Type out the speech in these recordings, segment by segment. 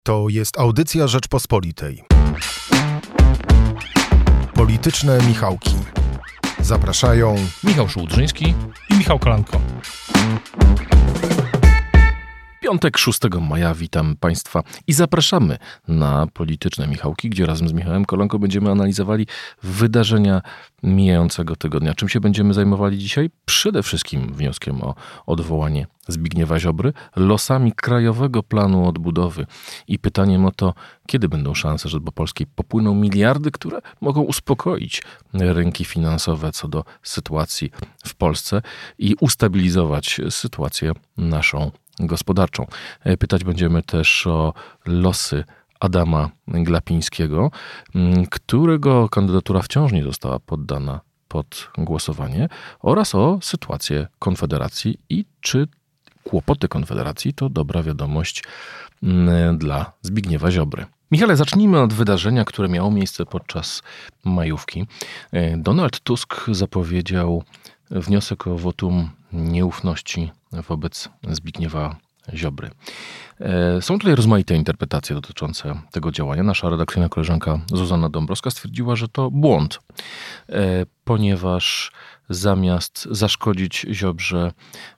To jest audycja Rzeczpospolitej. Polityczne Michałki. Zapraszają Michał Szułdrzyński i Michał Kolanko. Piątek 6 maja, witam Państwa i zapraszamy na Polityczne Michałki, gdzie razem z Michałem Kolanko będziemy analizowali wydarzenia mijającego tygodnia. Czym się będziemy zajmowali dzisiaj? Przede wszystkim wnioskiem o odwołanie Zbigniewa Ziobry, losami Krajowego Planu Odbudowy i pytaniem o to, kiedy będą szanse, że do Polski popłyną miliardy, które mogą uspokoić rynki finansowe co do sytuacji w Polsce i ustabilizować sytuację naszą gospodarczą. Pytać będziemy też o losy Adama Glapińskiego, którego kandydatura wciąż nie została poddana pod głosowanie, oraz o sytuację Konfederacji i czy kłopoty Konfederacji to dobra wiadomość dla Zbigniewa Ziobry. Michale, zacznijmy od wydarzenia, które miało miejsce podczas majówki. Donald Tusk zapowiedział wniosek o wotum nieufności wobec Zbigniewa Ziobry. Są tutaj rozmaite interpretacje dotyczące tego działania. Nasza redakcyjna koleżanka Zuzanna Dąbrowska stwierdziła, że to błąd, ponieważ zamiast zaszkodzić Ziobrze,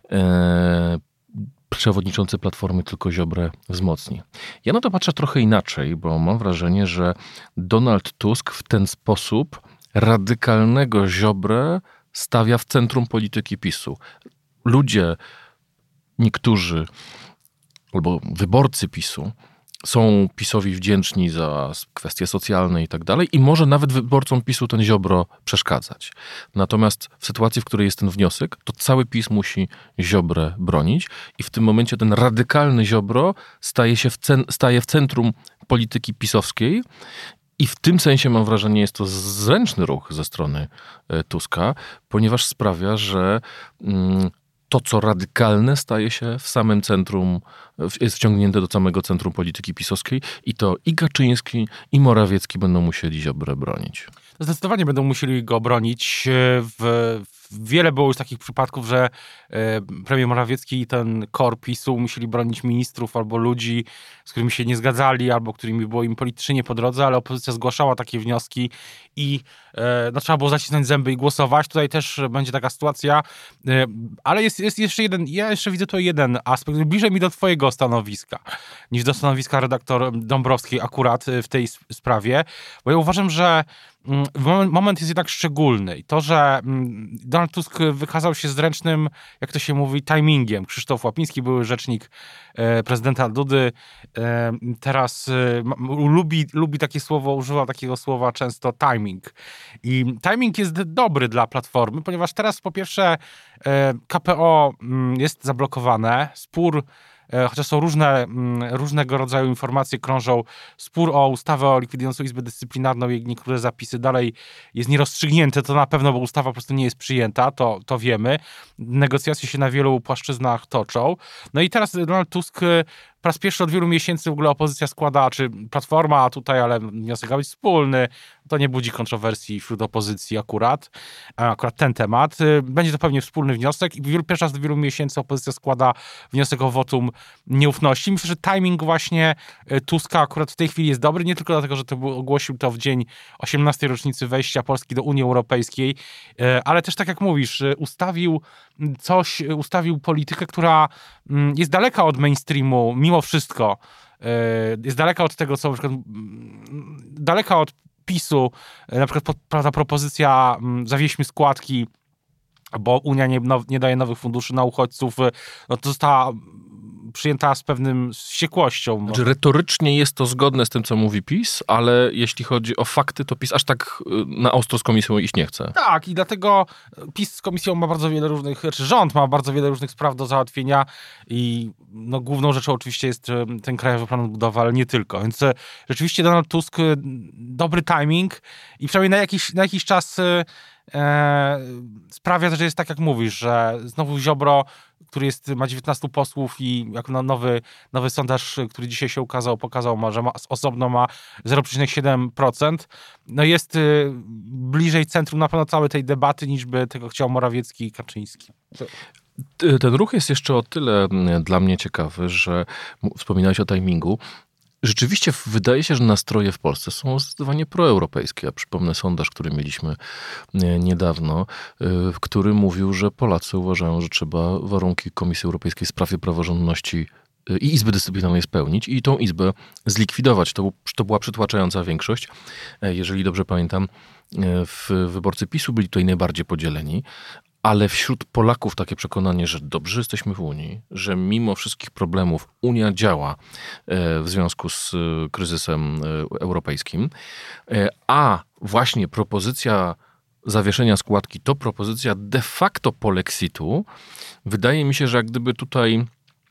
przewodniczący Platformy tylko Ziobrę wzmocni. Ja na to patrzę trochę inaczej, bo mam wrażenie, że Donald Tusk w ten sposób radykalnego Ziobrę stawia w centrum polityki PiS-u. Ludzie, niektórzy, albo wyborcy PiS-u są PiS-owi wdzięczni za kwestie socjalne i tak dalej i może nawet wyborcom PiS-u ten Ziobro przeszkadzać. Natomiast w sytuacji, w której jest ten wniosek, to cały PiS musi Ziobrę bronić i w tym momencie ten radykalny Ziobro staje w centrum polityki pisowskiej. I w tym sensie mam wrażenie, jest to zręczny ruch ze strony Tuska, ponieważ sprawia, że to, co radykalne, staje się w samym centrum, jest wciągnięte do samego centrum polityki pisowskiej i to i Kaczyński, i Morawiecki będą musieli Ziobrę bronić. Zdecydowanie będą musieli go bronić. Wiele było już takich przypadków, że premier Morawiecki i ten core PiS-u musieli bronić ministrów albo ludzi, z którymi się nie zgadzali, albo którymi było im politycznie nie po drodze, ale opozycja zgłaszała takie wnioski i trzeba było zacisnąć zęby i głosować. Tutaj też będzie taka sytuacja, ale jest jeszcze jeden, ja jeszcze widzę tu jeden aspekt, bliżej mi do twojego stanowiska, niż do stanowiska redaktor Dąbrowskiej akurat w tej sprawie, bo ja uważam, że moment jest jednak szczególny i to, że Donald Tusk wykazał się zręcznym, jak to się mówi, timingiem. Krzysztof Łapiński, były rzecznik prezydenta Dudy, teraz lubi takie słowo, używa takiego słowa często timing. I timing jest dobry dla Platformy, ponieważ teraz po pierwsze KPO jest zablokowane, spór, chociaż są różnego rodzaju informacje krążą, spór o ustawę o likwidującą Izbę Dyscyplinarną, jej niektóre zapisy dalej jest nierozstrzygnięte, to na pewno, bo ustawa po prostu nie jest przyjęta, to wiemy. Negocjacje się na wielu płaszczyznach toczą. No i teraz Donald Tusk po raz pierwszy od wielu miesięcy w ogóle opozycja składa, czy Platforma tutaj, ale wniosek ma być wspólny, to nie budzi kontrowersji wśród opozycji akurat ten temat. Będzie to pewnie wspólny wniosek i pierwszy raz od wielu miesięcy opozycja składa wniosek o wotum nieufności. Myślę, że timing właśnie Tuska akurat w tej chwili jest dobry, nie tylko dlatego, że ogłosił to w dzień 18. rocznicy wejścia Polski do Unii Europejskiej, ale też tak jak mówisz, ustawił politykę, która jest daleka od mainstreamu, mimo wszystko. Jest daleka od tego, co na przykład daleka od PiS-u, na przykład ta propozycja zawieźmy składki, bo Unia nie daje nowych funduszy na uchodźców, no to została przyjęta z pewnym wściekłością. Znaczy, retorycznie jest to zgodne z tym, co mówi PiS, ale jeśli chodzi o fakty, to PiS aż tak na ostro z komisją iść nie chce. Tak, i dlatego PiS z komisją ma bardzo wiele różnych, czy rząd ma bardzo wiele różnych spraw do załatwienia i główną rzeczą oczywiście jest ten Krajowy Plan Odbudowy, ale nie tylko. Więc rzeczywiście Donald Tusk, dobry timing i przynajmniej na jakiś czas sprawia, że jest tak jak mówisz, że znowu Ziobro, który ma 19 posłów i jak nowy sondaż, który dzisiaj się pokazał, że osobno ma 0,7%, no jest bliżej centrum na pewno całej tej debaty, niż by tego chciał Morawiecki i Kaczyński. Ten ruch jest jeszcze o tyle dla mnie ciekawy, że wspominałeś o timingu. Rzeczywiście wydaje się, że nastroje w Polsce są zdecydowanie proeuropejskie. Ja przypomnę sondaż, który mieliśmy niedawno, który mówił, że Polacy uważają, że trzeba warunki Komisji Europejskiej w sprawie praworządności i Izby Dyscyplinarnej spełnić i tą Izbę zlikwidować. To była przytłaczająca większość. Jeżeli dobrze pamiętam, wyborcy PiS-u byli tutaj najbardziej podzieleni. Ale wśród Polaków takie przekonanie, że dobrze jesteśmy w Unii, że mimo wszystkich problemów Unia działa w związku z kryzysem europejskim, a właśnie propozycja zawieszenia składki to propozycja de facto polexitu, wydaje mi się, że jak gdyby tutaj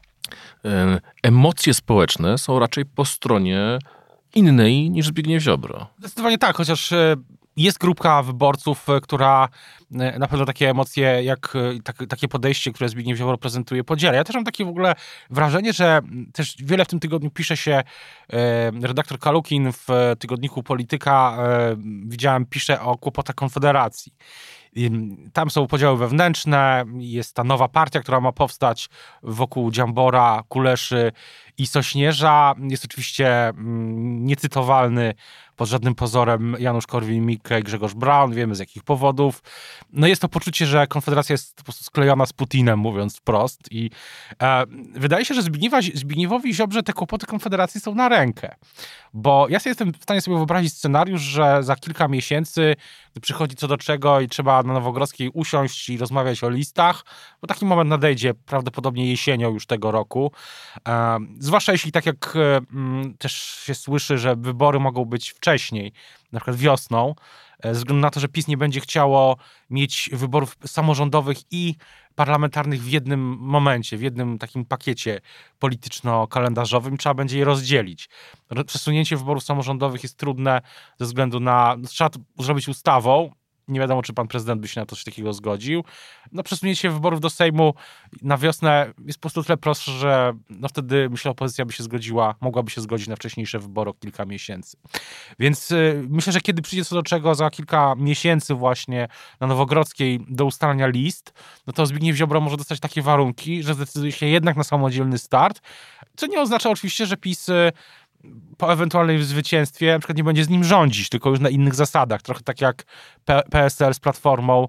emocje społeczne są raczej po stronie innej niż Zbigniew Ziobro. Zdecydowanie tak, chociaż jest grupka wyborców, która na pewno takie emocje, takie podejście, które Zbigniew Ziobro prezentuje, podziela. Ja też mam takie w ogóle wrażenie, że też wiele w tym tygodniu pisze się, redaktor Kalukin w tygodniku Polityka, widziałem, pisze o kłopotach Konfederacji. Tam są podziały wewnętrzne, jest ta nowa partia, która ma powstać wokół Dziambora, Kuleszy i Sośnierza. Jest oczywiście niecytowalny pod żadnym pozorem Janusz Korwin-Mikke i Grzegorz Braun, wiemy z jakich powodów. No jest to poczucie, że Konfederacja jest po prostu sklejona z Putinem, mówiąc wprost. I wydaje się, że Zbigniewowi Ziobrze te kłopoty Konfederacji są na rękę. Bo ja jestem w stanie sobie wyobrazić scenariusz, że za kilka miesięcy, gdy przychodzi co do czego i trzeba na Nowogrodzkiej usiąść i rozmawiać o listach, bo taki moment nadejdzie prawdopodobnie jesienią już tego roku. Zwłaszcza jeśli tak jak też się słyszy, że wybory mogą być wcześniej, na przykład wiosną, ze względu na to, że PiS nie będzie chciało mieć wyborów samorządowych i parlamentarnych w jednym momencie, w jednym takim pakiecie polityczno-kalendarzowym, trzeba będzie je rozdzielić. Przesunięcie wyborów samorządowych jest trudne ze względu na... Trzeba to zrobić ustawą. Nie wiadomo, czy pan prezydent by się na coś takiego zgodził. No, przesunięcie wyborów do Sejmu na wiosnę jest po prostu tyle prostsze, że no wtedy, myślę, opozycja by się zgodziła, mogłaby się zgodzić na wcześniejsze wybory o kilka miesięcy. Więc myślę, że kiedy przyjdzie co do czego za kilka miesięcy właśnie na Nowogrodzkiej do ustalania list, no to Zbigniew Ziobro może dostać takie warunki, że zdecyduje się jednak na samodzielny start, co nie oznacza oczywiście, że PiS po ewentualnym zwycięstwie na przykład nie będzie z nim rządzić, tylko już na innych zasadach. Trochę tak jak PSL z Platformą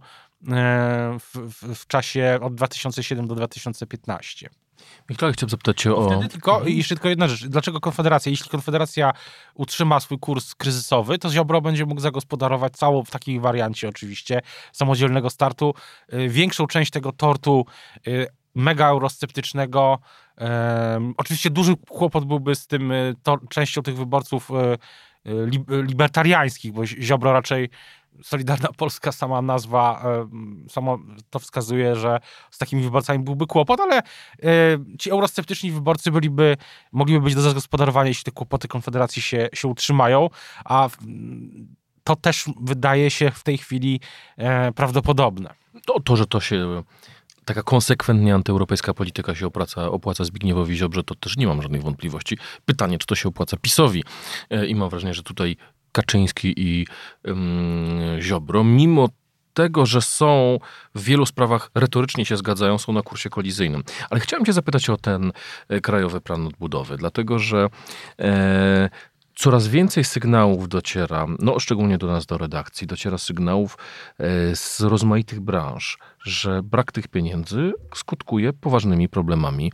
w czasie od 2007 do 2015. Michał, chciałem zapytać cię o... Jeszcze tylko jedna rzecz. Dlaczego Konfederacja? Jeśli Konfederacja utrzyma swój kurs kryzysowy, to Ziobro będzie mógł zagospodarować całą, w takiej wariancie oczywiście, samodzielnego startu, większą część tego tortu mega eurosceptycznego. Oczywiście duży kłopot byłby z tym częścią tych wyborców libertariańskich, bo Ziobro raczej, Solidarna Polska, sama nazwa, samo to wskazuje, że z takimi wyborcami byłby kłopot, ale ci eurosceptyczni wyborcy mogliby być do zagospodarowania, jeśli te kłopoty Konfederacji się utrzymają, a to też wydaje się w tej chwili prawdopodobne. To, że to się... Taka konsekwentnie antyeuropejska polityka się opłaca Zbigniewowi Ziobrze, to też nie mam żadnych wątpliwości. Pytanie, czy to się opłaca PiS-owi. I mam wrażenie, że tutaj Kaczyński i Ziobro, mimo tego, że są w wielu sprawach retorycznie się zgadzają, są na kursie kolizyjnym. Ale chciałem cię zapytać o ten Krajowy Plan Odbudowy, dlatego że coraz więcej sygnałów dociera, no szczególnie do nas, do redakcji, dociera sygnałów z rozmaitych branż, że brak tych pieniędzy skutkuje poważnymi problemami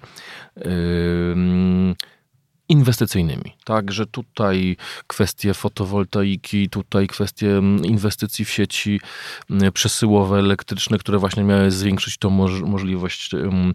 inwestycyjnymi. Także tutaj kwestie fotowoltaiki, tutaj kwestie inwestycji w sieci przesyłowe, elektryczne, które właśnie miały zwiększyć tą możliwość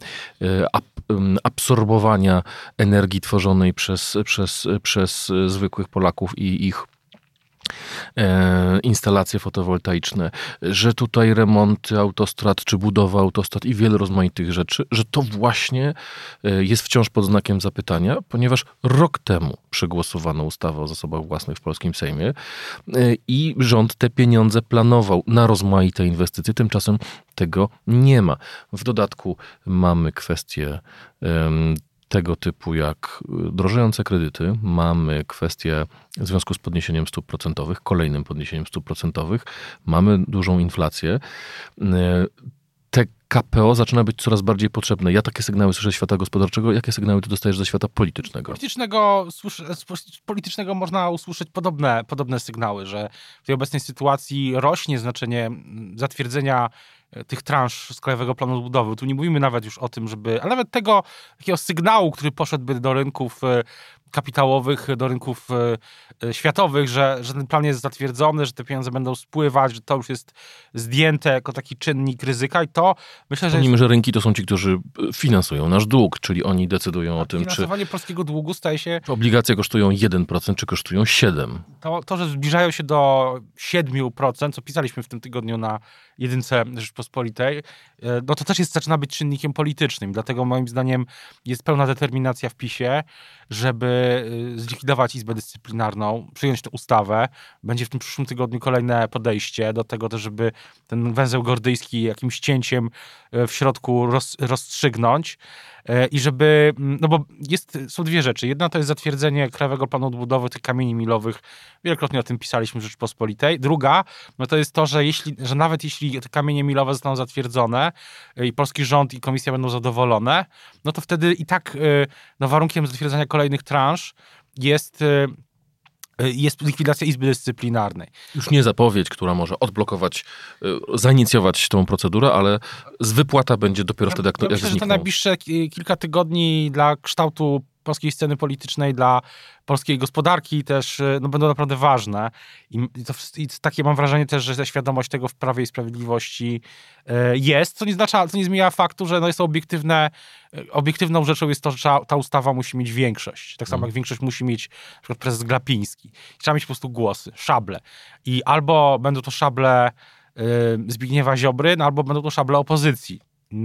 absorbowania energii tworzonej przez zwykłych Polaków i ich instalacje fotowoltaiczne, że tutaj remonty autostrad, czy budowa autostrad i wiele rozmaitych rzeczy, że to właśnie jest wciąż pod znakiem zapytania, ponieważ rok temu przegłosowano ustawę o zasobach własnych w polskim Sejmie i rząd te pieniądze planował na rozmaite inwestycje, tymczasem tego nie ma. W dodatku mamy kwestie tego typu jak drożejące kredyty, mamy kwestię w związku z podniesieniem stóp procentowych, kolejnym podniesieniem stóp procentowych, mamy dużą inflację. Te KPO zaczyna być coraz bardziej potrzebne. Ja takie sygnały słyszę ze świata gospodarczego. Jakie sygnały ty dostajesz ze świata politycznego? Z politycznego można usłyszeć podobne sygnały, że w tej obecnej sytuacji rośnie znaczenie zatwierdzenia tych transz z Krajowego Planu Odbudowy. Tu nie mówimy nawet już o tym, ale nawet tego takiego sygnału, który poszedłby do rynków kapitałowych, do rynków światowych, że ten plan jest zatwierdzony, że te pieniądze będą spływać, że to już jest zdjęte jako taki czynnik ryzyka i to myślę, że Że rynki to są ci, którzy finansują nasz dług, czyli oni decydują o tym, czy finansowanie polskiego długu staje się... obligacje kosztują 1%, czy kosztują 7%. To, że zbliżają się do 7%, co pisaliśmy w tym tygodniu na jedynce Rzeczpospolitej, no to też zaczyna być czynnikiem politycznym. Dlatego moim zdaniem jest pełna determinacja w PiS-ie, żeby zlikwidować Izbę Dyscyplinarną, przyjąć tę ustawę. Będzie w tym przyszłym tygodniu kolejne podejście do tego też, żeby ten węzeł gordyjski jakimś cięciem w środku rozstrzygnąć. I żeby, no bo są dwie rzeczy. Jedna to jest zatwierdzenie Krajowego Planu Odbudowy tych kamieni milowych. Wielokrotnie o tym pisaliśmy w Rzeczpospolitej. Druga, no to jest to, że nawet jeśli te kamienie milowe zostaną zatwierdzone i polski rząd i komisja będą zadowolone, no to wtedy i tak warunkiem zatwierdzenia kolejnych transz jest likwidacja Izby Dyscyplinarnej. Już nie zapowiedź, która może odblokować, zainicjować tą procedurę, ale wypłata będzie dopiero wtedy, jak myślę, znikną. że te najbliższe kilka tygodni dla kształtu polskiej sceny politycznej, dla polskiej gospodarki też będą naprawdę ważne. I takie mam wrażenie też, że świadomość tego w Prawie i Sprawiedliwości jest, co nie zmienia faktu, że jest to obiektywną rzeczą jest to, że ta ustawa musi mieć większość. Tak samo jak większość musi mieć na przykład prezes Glapiński. Trzeba mieć po prostu głosy, szable. I albo będą to szable Zbigniewa Ziobry, albo będą to szable opozycji.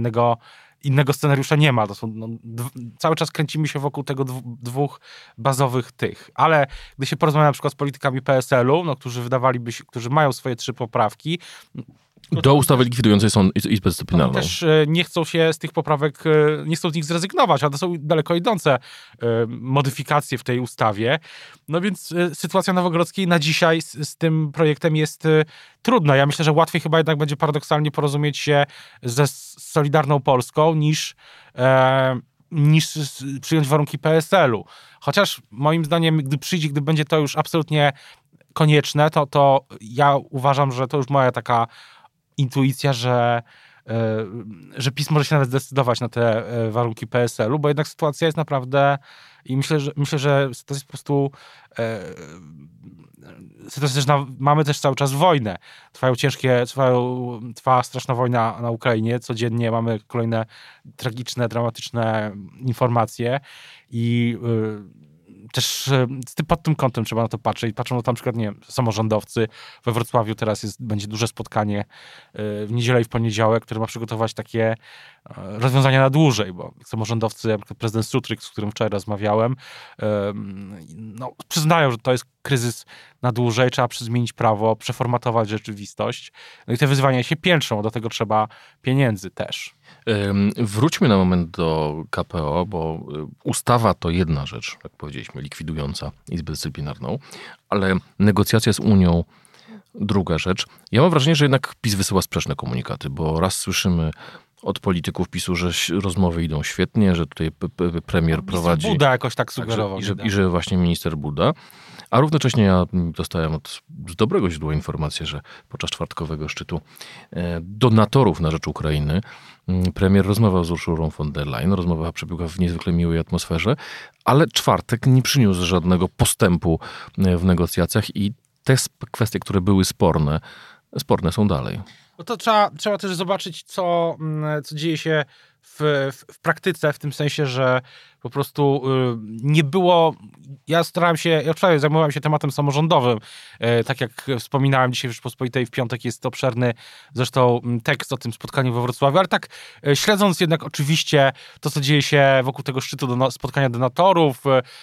Innego scenariusza nie ma. To są, cały czas kręcimy się wokół tego dwóch bazowych tych. Ale gdy się porozmawia na przykład z politykami PSL-u, którzy mają swoje 3 poprawki, do ustawy likwidującej Izbę Dyscyplinarną. Też nie chcą się z tych poprawek, nie chcą z nich zrezygnować, ale to są daleko idące modyfikacje w tej ustawie. No więc sytuacja Nowogrodzkiej na dzisiaj z tym projektem jest trudna. Ja myślę, że łatwiej chyba jednak będzie paradoksalnie porozumieć się ze Solidarną Polską niż przyjąć warunki PSL-u. Chociaż moim zdaniem, gdy będzie to już absolutnie konieczne, to ja uważam, że to już moja taka intuicja, że PiS może się nawet zdecydować na te warunki PSL-u, bo jednak sytuacja jest naprawdę i myślę, że to jest po prostu mamy też cały czas wojnę. Trwa straszna wojna na Ukrainie. Codziennie mamy kolejne tragiczne, dramatyczne informacje i też pod tym kątem trzeba na to patrzeć. Patrzą na to na przykład, nie wiem, samorządowcy. We Wrocławiu teraz będzie duże spotkanie w niedzielę i w poniedziałek, które ma przygotować takie rozwiązania na dłużej, bo samorządowcy, jak prezydent Sutryk, z którym wczoraj rozmawiałem, przyznają, że to jest kryzys na dłużej, trzeba zmienić prawo, przeformatować rzeczywistość. No i te wyzwania się piętrzą, do tego trzeba pieniędzy też. Wróćmy na moment do KPO, bo ustawa to jedna rzecz, jak powiedzieliśmy, likwidująca Izbę Dyscyplinarną, ale negocjacja z Unią druga rzecz. Ja mam wrażenie, że jednak PiS wysyła sprzeczne komunikaty, bo raz słyszymy od polityków PiS-u, że rozmowy idą świetnie, że tutaj premier prowadzi... Buda jakoś tak sugerował. I że właśnie minister Buda. A równocześnie ja dostałem z dobrego źródła informację, że podczas czwartkowego szczytu donatorów na rzecz Ukrainy premier rozmawiał z Urszulą von der Leyen. Rozmowa przebiegła w niezwykle miłej atmosferze, ale czwartek nie przyniósł żadnego postępu w negocjacjach i te kwestie, które były sporne są dalej. No to trzeba też zobaczyć, co dzieje się w praktyce, w tym sensie, że po prostu nie było... Ja wczoraj zajmowałem się tematem samorządowym. Tak jak wspominałem dzisiaj w Rzeczpospolitej, w piątek jest obszerny zresztą tekst o tym spotkaniu we Wrocławiu, ale tak śledząc jednak oczywiście to, co dzieje się wokół tego szczytu spotkania donatorów,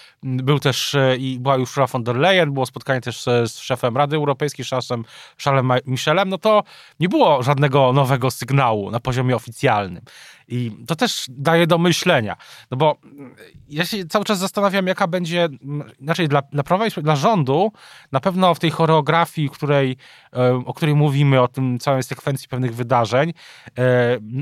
była już Ursula von der Leyen, było spotkanie też z szefem Rady Europejskiej, Charlesem Michelem, no to nie było żadnego nowego sygnału na poziomie oficjalnym. I to też daje do myślenia. No bo ja się cały czas zastanawiam, jaka będzie, inaczej dla Prawa i dla rządu, na pewno w tej choreografii, o której mówimy, o tym całej sekwencji pewnych wydarzeń,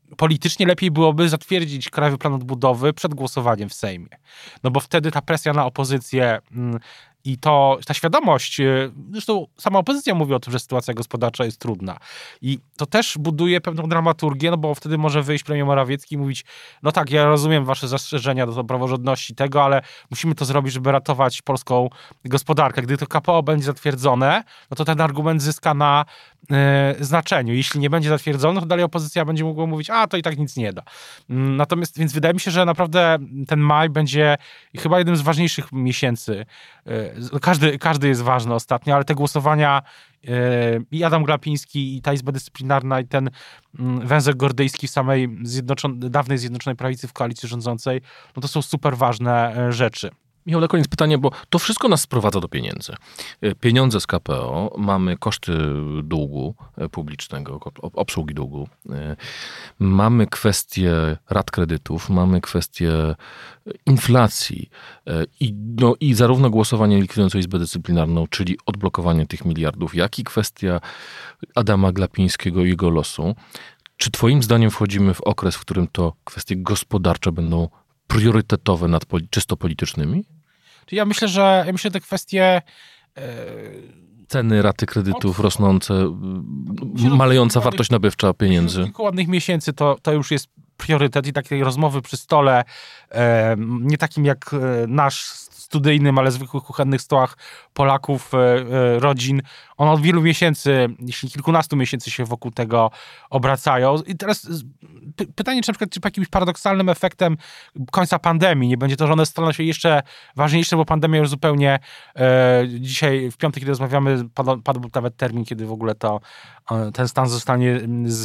politycznie lepiej byłoby zatwierdzić Krajowy Plan Odbudowy przed głosowaniem w Sejmie. No bo wtedy ta presja na opozycję i ta świadomość, zresztą sama opozycja mówi o tym, że sytuacja gospodarcza jest trudna. I to też buduje pewną dramaturgię, no bo wtedy może wyjść premier Morawiecki i mówić, no tak, ja rozumiem wasze zastrzeżenia do praworządności tego, ale musimy to zrobić, żeby ratować polską gospodarkę. Gdy to KPO będzie zatwierdzone, no to ten argument zyska na znaczeniu. Jeśli nie będzie zatwierdzone, to dalej opozycja będzie mogła mówić, to i tak nic nie da. Natomiast, więc wydaje mi się, że naprawdę ten maj będzie chyba jednym z ważniejszych miesięcy. Każdy jest ważny ostatnio, ale te głosowania i Adam Glapiński, i ta Izba Dyscyplinarna, i ten węzeł gordyjski w samej dawnej Zjednoczonej Prawicy w koalicji rządzącej, no to są super ważne rzeczy. Michał, na koniec pytanie, bo to wszystko nas sprowadza do pieniędzy. Pieniądze z KPO, mamy koszty długu publicznego, obsługi długu, mamy kwestię rat kredytów, mamy kwestię inflacji i zarówno głosowanie likwidujące Izbę Dyscyplinarną, czyli odblokowanie tych miliardów, jak i kwestia Adama Glapińskiego i jego losu. Czy twoim zdaniem wchodzimy w okres, w którym to kwestie gospodarcze będą priorytetowe nad czysto politycznymi? Ja myślę, że te kwestie... Ceny, raty kredytów rosnące, malejąca wartość nabywcza pieniędzy. Kilku ładnych miesięcy to już jest priorytet i takie rozmowy przy stole, nie takim jak nasz studyjnym, ale zwykłych kuchennych stołach Polaków, rodzin. One od wielu miesięcy, jeśli kilkunastu miesięcy się wokół tego obracają. I teraz pytanie, czy na przykład jakimś paradoksalnym efektem końca pandemii nie będzie to, że one staną się jeszcze ważniejsze, bo pandemia już zupełnie dzisiaj, w piątek, kiedy rozmawiamy, padł nawet termin, kiedy w ogóle ten stan zostanie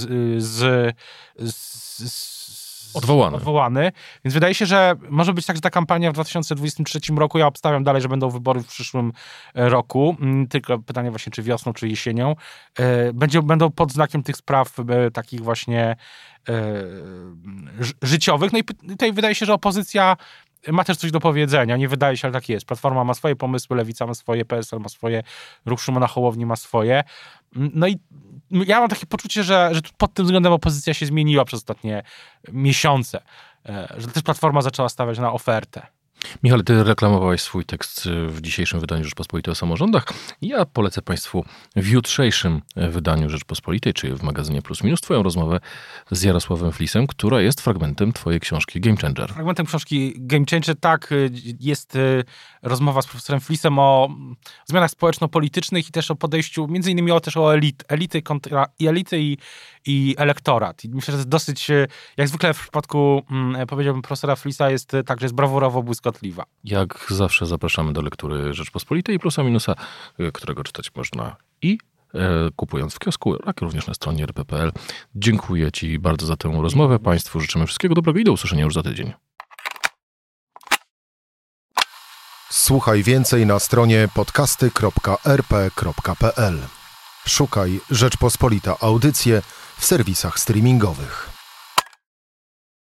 odwołany. Więc wydaje się, że może być tak, że ta kampania w 2023 roku, ja obstawiam dalej, że będą wybory w przyszłym roku, tylko pytanie właśnie, czy wiosną, czy jesienią, będą pod znakiem tych spraw takich właśnie życiowych. No i tutaj wydaje się, że opozycja ma też coś do powiedzenia. Nie wydaje się, ale tak jest. Platforma ma swoje pomysły, Lewica ma swoje, PSL ma swoje, Ruch Szymona Hołowni ma swoje. No i ja mam takie poczucie, że pod tym względem opozycja się zmieniła przez ostatnie miesiące. Że też Platforma zaczęła stawiać na ofertę. Michale, ty reklamowałeś swój tekst w dzisiejszym wydaniu Rzeczpospolitej o samorządach. Ja polecę państwu w jutrzejszym wydaniu Rzeczpospolitej, czyli w magazynie Plus Minus, twoją rozmowę z Jarosławem Flisem, która jest fragmentem twojej książki Game Changer. Fragmentem książki Game Changer, tak, jest rozmowa z profesorem Flisem o zmianach społeczno-politycznych i też o podejściu, między innymi też o elity i elektorat. I myślę, że to jest dosyć, jak zwykle w przypadku, powiedziałbym, profesora Flisa jest tak, że jest brawurowo błyskotliwa. Jak zawsze zapraszamy do lektury Rzeczpospolitej Plusa Minusa, którego czytać można i kupując w kiosku, jak również na stronie rp.pl. Dziękuję ci bardzo za tę rozmowę. Państwu życzymy wszystkiego dobrego i do usłyszenia już za tydzień. Słuchaj więcej na stronie podcasty.rp.pl. Szukaj Rzeczpospolita Audycje w serwisach streamingowych.